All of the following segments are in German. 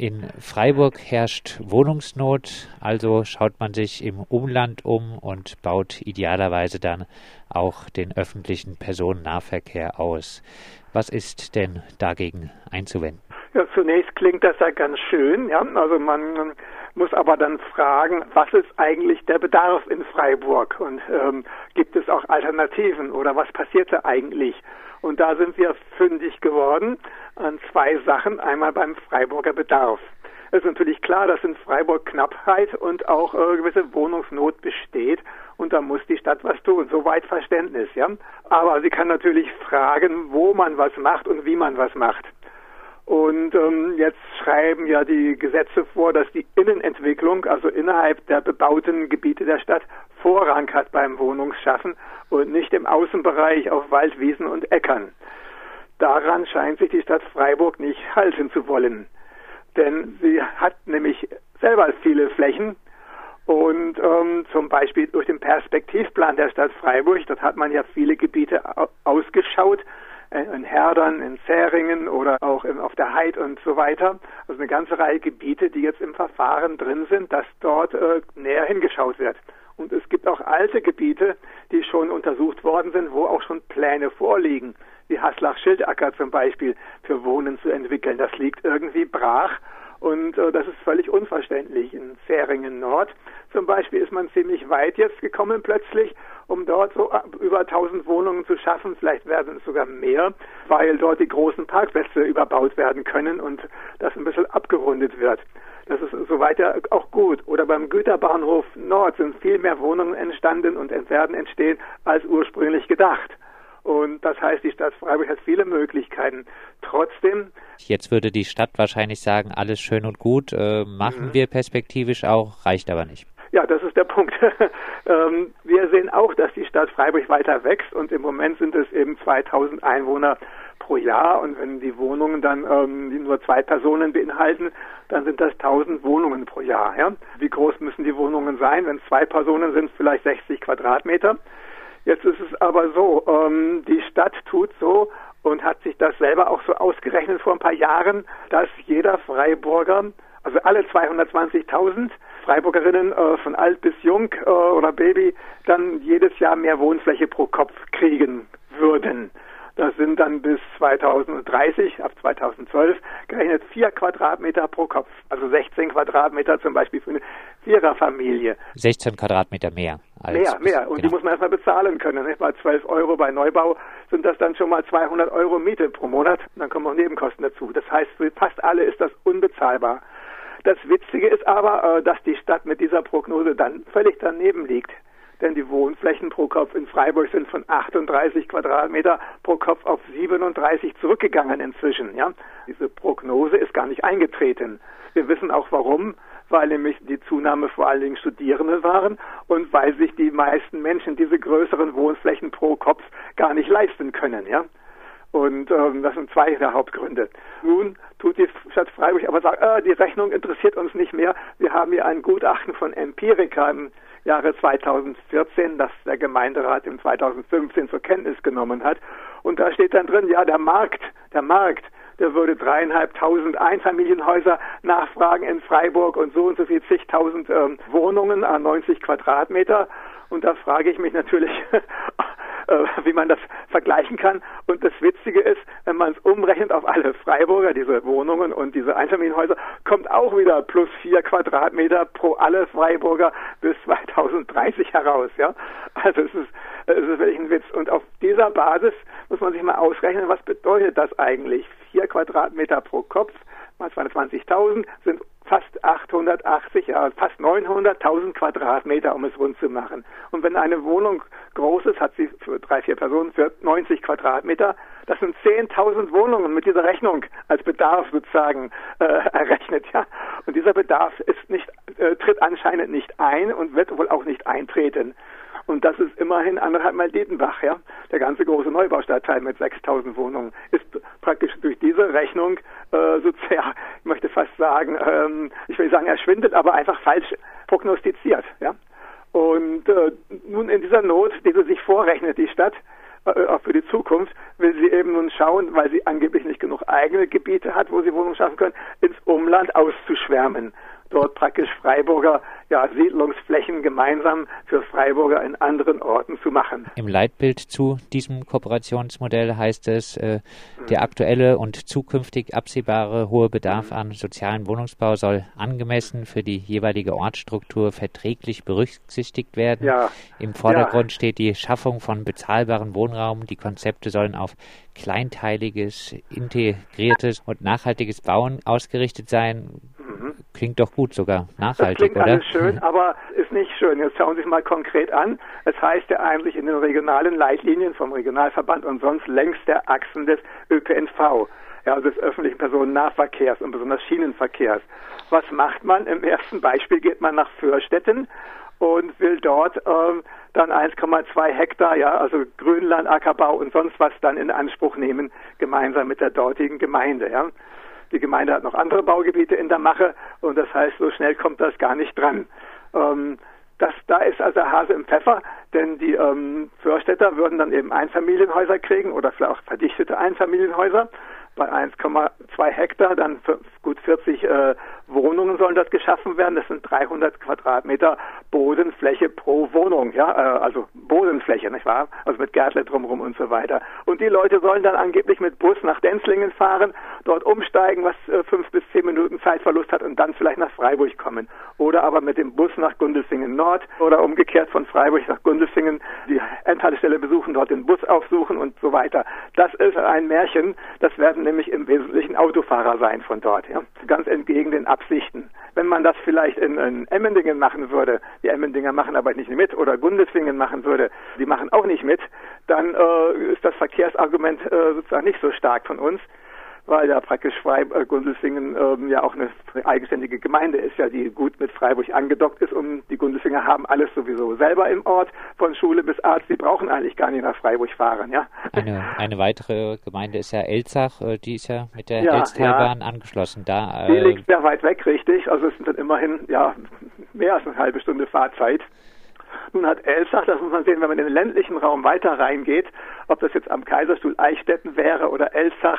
In Freiburg herrscht Wohnungsnot, also schaut man sich im Umland um und baut idealerweise dann auch den öffentlichen Personennahverkehr aus. Was ist denn dagegen einzuwenden? Ja, zunächst klingt das ja ganz schön, ja. Also man muss aber dann fragen, was ist eigentlich der Bedarf in Freiburg und gibt es auch Alternativen oder was passiert da eigentlich? Und da sind wir fündig geworden an zwei Sachen. Einmal beim Freiburger Bedarf. Es ist natürlich klar, dass in Freiburg Knappheit und auch gewisse Wohnungsnot besteht. Und da muss die Stadt was tun. Soweit Verständnis, ja. Aber sie kann natürlich fragen, wo man was macht und wie man was macht. Und jetzt schreiben ja die Gesetze vor, dass die Innenentwicklung, also innerhalb der bebauten Gebiete der Stadt, Vorrang hat beim Wohnungsschaffen und nicht im Außenbereich auf Waldwiesen und Äckern. Daran scheint sich die Stadt Freiburg nicht halten zu wollen. Denn sie hat nämlich selber viele Flächen und zum Beispiel durch den Perspektivplan der Stadt Freiburg, dort hat man ja viele Gebiete ausgeschaut, in Herdern, in Zähringen oder auch auf der Heid und so weiter. Also eine ganze Reihe Gebiete, die jetzt im Verfahren drin sind, dass dort näher hingeschaut wird. Und es gibt auch alte Gebiete, die schon untersucht worden sind, wo auch schon Pläne vorliegen, wie Haslach-Schildacker zum Beispiel, für Wohnen zu entwickeln. Das liegt irgendwie brach. Und das ist völlig unverständlich. In Zähringen Nord zum Beispiel ist man ziemlich weit jetzt gekommen plötzlich, um dort so über 1000 Wohnungen zu schaffen. Vielleicht werden es sogar mehr, weil dort die großen Parkplätze überbaut werden können und das ein bisschen abgerundet wird. Das ist soweit ja auch gut. Oder beim Güterbahnhof Nord sind viel mehr Wohnungen entstanden und werden entstehen als ursprünglich gedacht. Und das heißt, die Stadt Freiburg hat viele Möglichkeiten. Trotzdem. Jetzt würde die Stadt wahrscheinlich sagen, alles schön und gut, machen wir perspektivisch auch, reicht aber nicht. Ja, das ist der Punkt. Wir sehen auch, dass die Stadt Freiburg weiter wächst und im Moment sind es eben 2000 Einwohner pro Jahr und wenn die Wohnungen dann die nur 2 Personen beinhalten, dann sind das 1000 Wohnungen pro Jahr. Ja? Wie groß müssen die Wohnungen sein? Wenn es 2 Personen sind, vielleicht 60 Quadratmeter. Jetzt ist es aber so, die Stadt tut so und hat sich das selber auch so ausgerechnet vor ein paar Jahren, dass jeder Freiburger, also alle 220.000 Freiburgerinnen von alt bis jung oder Baby, dann jedes Jahr mehr Wohnfläche pro Kopf kriegen würden. Das sind dann bis 2030, ab 2012, gerechnet 4 Quadratmeter pro Kopf. Also 16 Quadratmeter zum Beispiel für eine Viererfamilie. 16 Quadratmeter mehr. Mehr. Und genau. Die muss man erstmal bezahlen können. Nicht? Bei 12 Euro bei Neubau sind das dann schon mal 200 Euro Miete pro Monat. Und dann kommen auch Nebenkosten dazu. Das heißt, für fast alle ist das unbezahlbar. Das Witzige ist aber, dass die Stadt mit dieser Prognose dann völlig daneben liegt. Denn die Wohnflächen pro Kopf in Freiburg sind von 38 Quadratmeter pro Kopf auf 37 zurückgegangen inzwischen. Ja? Diese Prognose ist gar nicht eingetreten. Wir wissen auch warum, weil nämlich die Zunahme vor allen Dingen Studierende waren und weil sich die meisten Menschen diese größeren Wohnflächen pro Kopf gar nicht leisten können. Ja? Und das sind 2 der Hauptgründe. Nun tut die Stadt Freiburg aber sagt, die Rechnung interessiert uns nicht mehr. Wir haben hier ein Gutachten von Empirica im Jahre 2014, das der Gemeinderat im 2015 zur Kenntnis genommen hat. Und da steht dann drin, ja, der Markt, der würde 3.500 Einfamilienhäuser nachfragen in Freiburg und so viel zigtausend Wohnungen an 90 Quadratmeter. Und da frage ich mich natürlich, wie man das vergleichen kann. Und das Witzige ist, wenn man es umrechnet auf alle Freiburger, diese Wohnungen und diese Einfamilienhäuser, kommt auch wieder plus 4 Quadratmeter pro alle Freiburger bis 2030 heraus. Ja? Also es ist wirklich ein Witz. Und auf dieser Basis muss man sich mal ausrechnen, was bedeutet das eigentlich? 4 Quadratmeter pro Kopf mal 220.000 sind fast 880, ja, fast 900.000 Quadratmeter, um es rund zu machen. Und wenn eine Wohnung groß ist, hat sie für 3-4 Personen für 90 Quadratmeter. Das sind 10.000 Wohnungen mit dieser Rechnung als Bedarf sozusagen errechnet, ja. Und dieser Bedarf tritt anscheinend nicht ein und wird wohl auch nicht eintreten. Und das ist immerhin 1,5 Mal Dietenbach, ja. Der ganze große Neubaustadtteil mit 6.000 Wohnungen ist praktisch durch diese Rechnung sozusagen, ich möchte fast sagen, ich will sagen erschwindelt, aber einfach falsch prognostiziert, ja. Und nun in dieser Not, die sie sich vorrechnet, die Stadt, auch für die Zukunft, will sie eben nun schauen, weil sie angeblich nicht genug eigene Gebiete hat, wo sie Wohnungen schaffen können, ins Umland auszuschwärmen. Dort praktisch Freiburger Siedlungsflächen gemeinsam für Freiburger in anderen Orten zu machen. Im Leitbild zu diesem Kooperationsmodell heißt es, der aktuelle und zukünftig absehbare hohe Bedarf an sozialen Wohnungsbau soll angemessen für die jeweilige Ortsstruktur verträglich berücksichtigt werden. Ja. Im Vordergrund steht die Schaffung von bezahlbarem Wohnraum. Die Konzepte sollen auf kleinteiliges, integriertes und nachhaltiges Bauen ausgerichtet sein. Klingt doch gut, sogar nachhaltig, klingt oder? Alles schön, aber ist nicht schön. Jetzt schauen Sie sich mal konkret an. Es heißt ja eigentlich in den regionalen Leitlinien vom Regionalverband und sonst längs der Achsen des ÖPNV, also des öffentlichen Personennahverkehrs und besonders Schienenverkehrs. Was macht man? Im ersten Beispiel geht man nach Vörstetten und will dort dann 1,2 Hektar, also Grünland, Ackerbau und sonst was dann in Anspruch nehmen, gemeinsam mit der dortigen Gemeinde, ja. Die Gemeinde hat noch andere Baugebiete in der Mache und das heißt, so schnell kommt das gar nicht dran. Da ist also der Hase im Pfeffer, denn die Vörstädter würden dann eben Einfamilienhäuser kriegen oder vielleicht auch verdichtete Einfamilienhäuser. Bei 1,2 Hektar, dann gut 40 Wohnungen sollen dort geschaffen werden. Das sind 300 Quadratmeter Bodenfläche pro Wohnung, also Bodenfläche, nicht wahr? Also mit Gärtle drumherum und so weiter. Und die Leute sollen dann angeblich mit Bus nach Denzlingen fahren, dort umsteigen, was 5 bis 10 Minuten Zeitverlust hat und dann vielleicht nach Freiburg kommen. Oder aber mit dem Bus nach Gundelfingen Nord oder umgekehrt von Freiburg nach Gundelfingen die Endhaltestelle besuchen, dort den Bus aufsuchen und so weiter. Das ist ein Märchen, das werden nämlich im Wesentlichen Autofahrer sein von dort, ja. Ganz entgegen den Absichten. Wenn man das vielleicht in Emmendingen machen würde, die Emmendinger machen aber nicht mit, oder Gundelfingen machen würde, die machen auch nicht mit, dann ist das Verkehrsargument sozusagen nicht so stark von uns, weil ja praktisch Gundelfingen ja auch eine eigenständige Gemeinde ist, ja, die gut mit Freiburg angedockt ist, und die Gundelfinger haben alles sowieso selber im Ort, von Schule bis Arzt, die brauchen eigentlich gar nicht nach Freiburg fahren, ja. Eine weitere Gemeinde ist ja Elzach, die ist ja mit der Elztalbahn angeschlossen. Die liegt sehr weit weg, richtig, also es sind dann immerhin, mehr als eine halbe Stunde Fahrzeit. Nun hat Elzach, das muss man sehen, wenn man in den ländlichen Raum weiter reingeht, ob das jetzt am Kaiserstuhl Eichstätten wäre oder Elzach,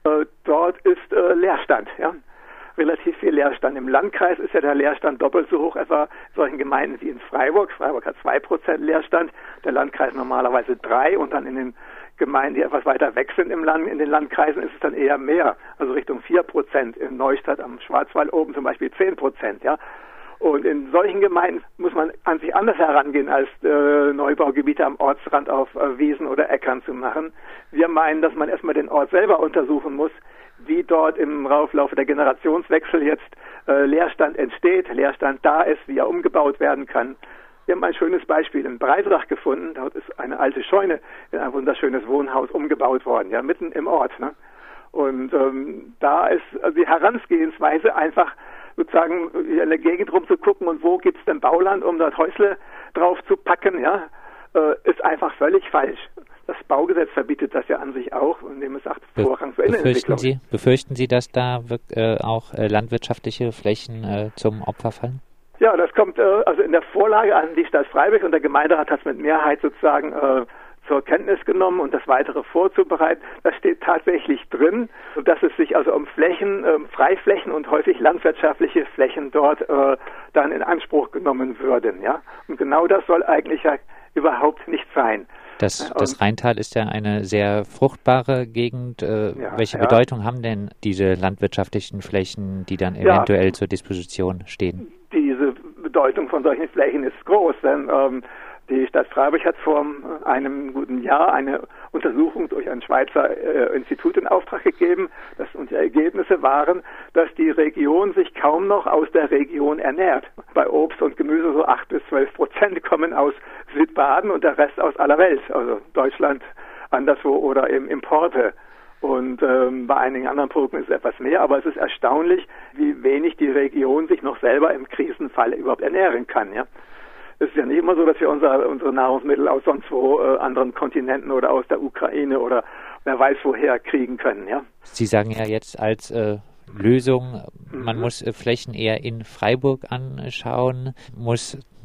dort ist Leerstand, ja. Relativ viel Leerstand. Im Landkreis ist ja der Leerstand doppelt so hoch, etwa in solchen Gemeinden wie in Freiburg. Freiburg hat 2% Leerstand, der Landkreis normalerweise 3%, und dann in den Gemeinden, die etwas weiter weg sind in den Landkreisen, ist es dann eher mehr, also Richtung 4%. In Neustadt am Schwarzwald oben zum Beispiel 10%, ja. Und in solchen Gemeinden muss man an sich anders herangehen, als Neubaugebiete am Ortsrand auf Wiesen oder Äckern zu machen. Wir meinen, dass man erstmal den Ort selber untersuchen muss, wie dort im Laufe der Generationswechsel jetzt Leerstand entsteht, Leerstand da ist, wie er umgebaut werden kann. Wir haben ein schönes Beispiel in Breisach gefunden. Dort ist eine alte Scheune in ein wunderschönes Wohnhaus umgebaut worden, ja, mitten im Ort, ne? Und da ist die Herangehensweise einfach sozusagen in der Gegend rumzugucken und wo gibt's denn Bauland, um dort Häusle drauf zu packen, ja, ist einfach völlig falsch. Das Baugesetz verbietet das ja an sich auch, indem es sagt, Vorrang für Innenentwicklung. Befürchten Sie, dass da auch landwirtschaftliche Flächen zum Opfer fallen? Ja, das kommt also in der Vorlage an die Stadt Freiburg, und der Gemeinderat hat es mit Mehrheit sozusagen zur Kenntnis genommen und das Weitere vorzubereiten. Das steht tatsächlich drin, dass es sich also um Flächen, Freiflächen und häufig landwirtschaftliche Flächen dort dann in Anspruch genommen würden, ja. Und genau das soll eigentlich ja überhaupt nicht sein. Das Rheintal ist ja eine sehr fruchtbare Gegend. Welche Bedeutung haben denn diese landwirtschaftlichen Flächen, die dann eventuell zur Disposition stehen? Diese Bedeutung von solchen Flächen ist groß, denn die Stadt Freiburg hat vor einem guten Jahr eine Untersuchung durch ein Schweizer Institut in Auftrag gegeben. Und die Ergebnisse waren, dass die Region sich kaum noch aus der Region ernährt. Bei Obst und Gemüse so 8-12% kommen aus Südbaden und der Rest aus aller Welt, also Deutschland, anderswo oder eben Importe. Und bei einigen anderen Produkten ist es etwas mehr, aber es ist erstaunlich, wie wenig die Region sich noch selber im Krisenfall überhaupt ernähren kann, ja. Es ist ja nicht immer so, dass wir unsere Nahrungsmittel aus sonst wo anderen Kontinenten oder aus der Ukraine oder wer weiß woher kriegen können, ja. Sie sagen ja jetzt als Lösung, man muss Flächen eher in Freiburg anschauen, muss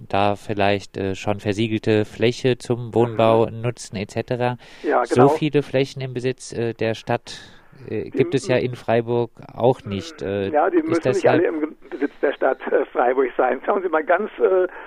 da vielleicht schon versiegelte Fläche zum Wohnbau nutzen etc. Ja, genau. So viele Flächen im Besitz der Stadt gibt es ja in Freiburg auch nicht. Ja, die müssen nicht alle im Besitz der Stadt Freiburg sein. Schauen Sie mal, ganz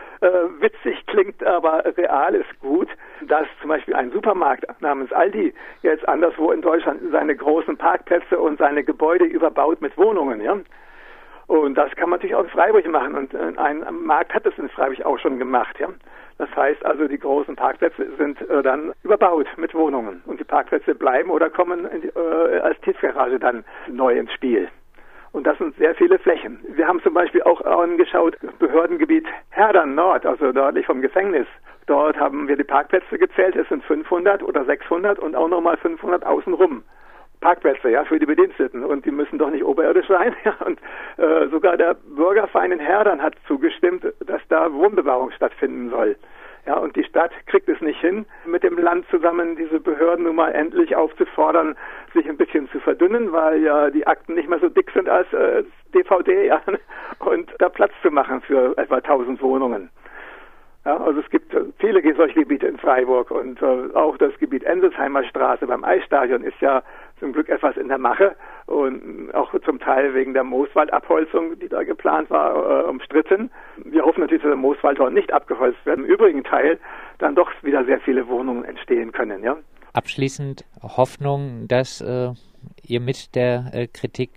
witzig klingt, aber real ist gut, dass zum Beispiel ein Supermarkt namens Aldi jetzt anderswo in Deutschland seine großen Parkplätze und seine Gebäude überbaut mit Wohnungen, ja. Und das kann man natürlich auch in Freiburg machen. Und ein Markt hat das in Freiburg auch schon gemacht, ja. Das heißt also, die großen Parkplätze sind dann überbaut mit Wohnungen. Und die Parkplätze bleiben oder kommen als Tiefgarage dann neu ins Spiel. Und das sind sehr viele Flächen. Wir haben zum Beispiel auch angeschaut, Behördengebiet Herdern Nord, also nördlich vom Gefängnis. Dort haben wir die Parkplätze gezählt. Es sind 500 oder 600 und auch nochmal 500 außenrum. Parkplätze, ja, für die Bediensteten. Und die müssen doch nicht oberirdisch sein. Ja. Und sogar der Bürgerverein in Herdern hat zugestimmt, dass da Wohnbebauung stattfinden soll. Ja, und die Stadt kriegt es nicht hin, mit dem Land zusammen diese Behörden nun mal endlich aufzufordern, sich ein bisschen zu verdünnen, weil ja die Akten nicht mehr so dick sind als DVD, ja, und da Platz zu machen für etwa 1000 Wohnungen. Ja, also es gibt viele solche Gebiete in Freiburg und auch das Gebiet Enselsheimer Straße beim Eisstadion ist ja zum Glück etwas in der Mache und auch zum Teil wegen der Mooswaldabholzung, die da geplant war, umstritten. Wir hoffen natürlich, dass der Mooswald dort nicht abgeholzt wird. Im übrigen Teil dann doch wieder sehr viele Wohnungen entstehen können. Ja? Abschließend Hoffnung, dass ihr mit der Kritik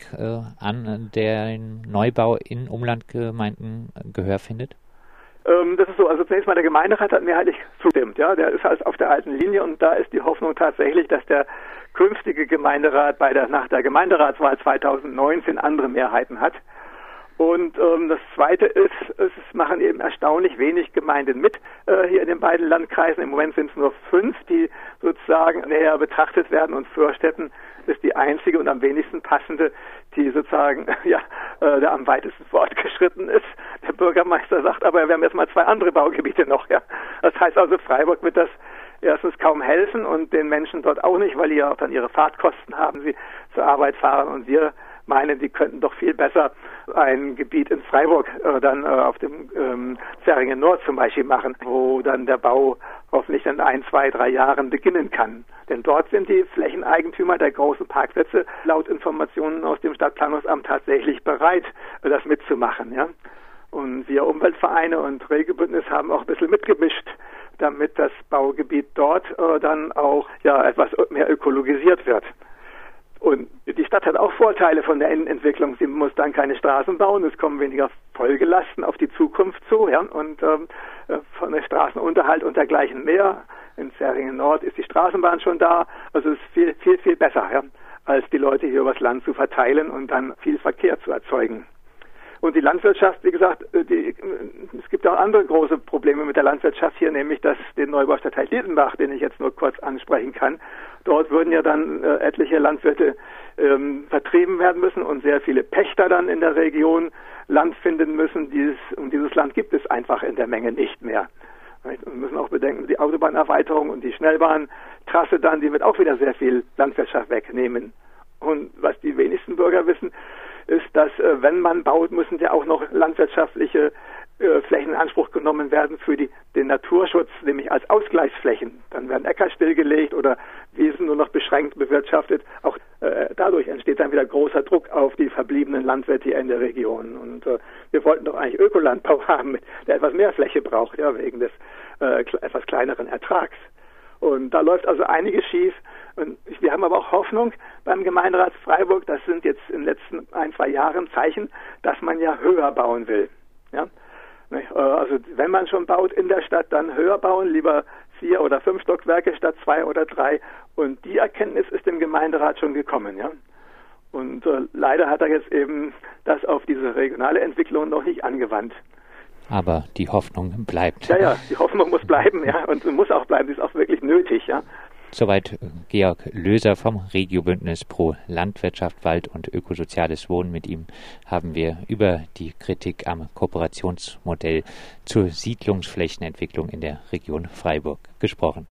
an den Neubau in Umlandgemeinden Gehör findet? Das ist so, also zunächst mal der Gemeinderat hat mehrheitlich zustimmt, ja, der ist halt auf der alten Linie und da ist die Hoffnung tatsächlich, dass der künftige Gemeinderat nach der Gemeinderatswahl 2019 andere Mehrheiten hat. Und das Zweite ist, es machen eben erstaunlich wenig Gemeinden mit hier in den beiden Landkreisen. Im Moment sind es nur 5, die sozusagen näher betrachtet werden und Fürstetten ist die einzige und am wenigsten passende, die sozusagen der am weitesten fortgeschritten ist. Der Bürgermeister sagt, aber wir haben erstmal 2 andere Baugebiete noch. Ja. Das heißt also, Freiburg wird das erstens kaum helfen und den Menschen dort auch nicht, weil die ja auch dann ihre Fahrtkosten haben, sie zur Arbeit fahren und wir meinen, die könnten doch viel besser ein Gebiet in Freiburg dann auf dem Zähringen Nord zum Beispiel machen, wo dann der Bau hoffentlich in 1, 2, 3 Jahren beginnen kann. Denn dort sind die Flächeneigentümer der großen Parkplätze laut Informationen aus dem Stadtplanungsamt tatsächlich bereit, das mitzumachen. Ja? Und wir Umweltvereine und Regelbündnis haben auch ein bisschen mitgemischt, damit das Baugebiet dort dann auch etwas mehr ökologisiert wird. Und die Stadt hat auch Vorteile von der Innenentwicklung. Sie muss dann keine Straßen bauen, es kommen weniger Folgelasten auf die Zukunft zu, ja, und von der Straßenunterhalt und dergleichen mehr. In Zähringen Nord ist die Straßenbahn schon da, also es ist viel, viel, viel besser, ja, als die Leute hier übers Land zu verteilen und dann viel Verkehr zu erzeugen. Und die Landwirtschaft, wie gesagt, es gibt auch andere große Probleme mit der Landwirtschaft hier, nämlich den Neubau Stadtteil Liesenbach, den ich jetzt nur kurz ansprechen kann. Dort würden ja dann etliche Landwirte vertrieben werden müssen und sehr viele Pächter dann in der Region Land finden müssen. Dieses Land gibt es einfach in der Menge nicht mehr. Wir müssen auch bedenken, die Autobahnerweiterung und die Schnellbahntrasse dann, die wird auch wieder sehr viel Landwirtschaft wegnehmen. Und was die wenigsten Bürger wissen, ist, dass wenn man baut, müssen ja auch noch landwirtschaftliche Flächen in Anspruch genommen werden für den Naturschutz, nämlich als Ausgleichsflächen. Dann werden Äcker stillgelegt oder Wiesen nur noch beschränkt bewirtschaftet. Auch dadurch entsteht dann wieder großer Druck auf die verbliebenen Landwirte hier in der Region. Und wir wollten doch eigentlich Ökolandbau haben, der etwas mehr Fläche braucht, ja, wegen des etwas kleineren Ertrags. Und da läuft also einiges schief. Und wir haben aber auch Hoffnung beim Gemeinderat Freiburg, das sind jetzt in den letzten 1, 2 Jahren Zeichen, dass man ja höher bauen will. Ja? Also wenn man schon baut in der Stadt, dann höher bauen, lieber 4 oder 5 Stockwerke statt 2 oder 3. Und die Erkenntnis ist dem Gemeinderat schon gekommen. Ja? Und leider hat er jetzt eben das auf diese regionale Entwicklung noch nicht angewandt. Aber die Hoffnung bleibt. Ja, die Hoffnung muss bleiben, ja, und muss auch bleiben, sie ist auch wirklich nötig, ja. Soweit Georg Löser vom Regiobündnis pro Landwirtschaft, Wald und ökosoziales Wohnen. Mit ihm haben wir über die Kritik am Kooperationsmodell zur Siedlungsflächenentwicklung in der Region Freiburg gesprochen.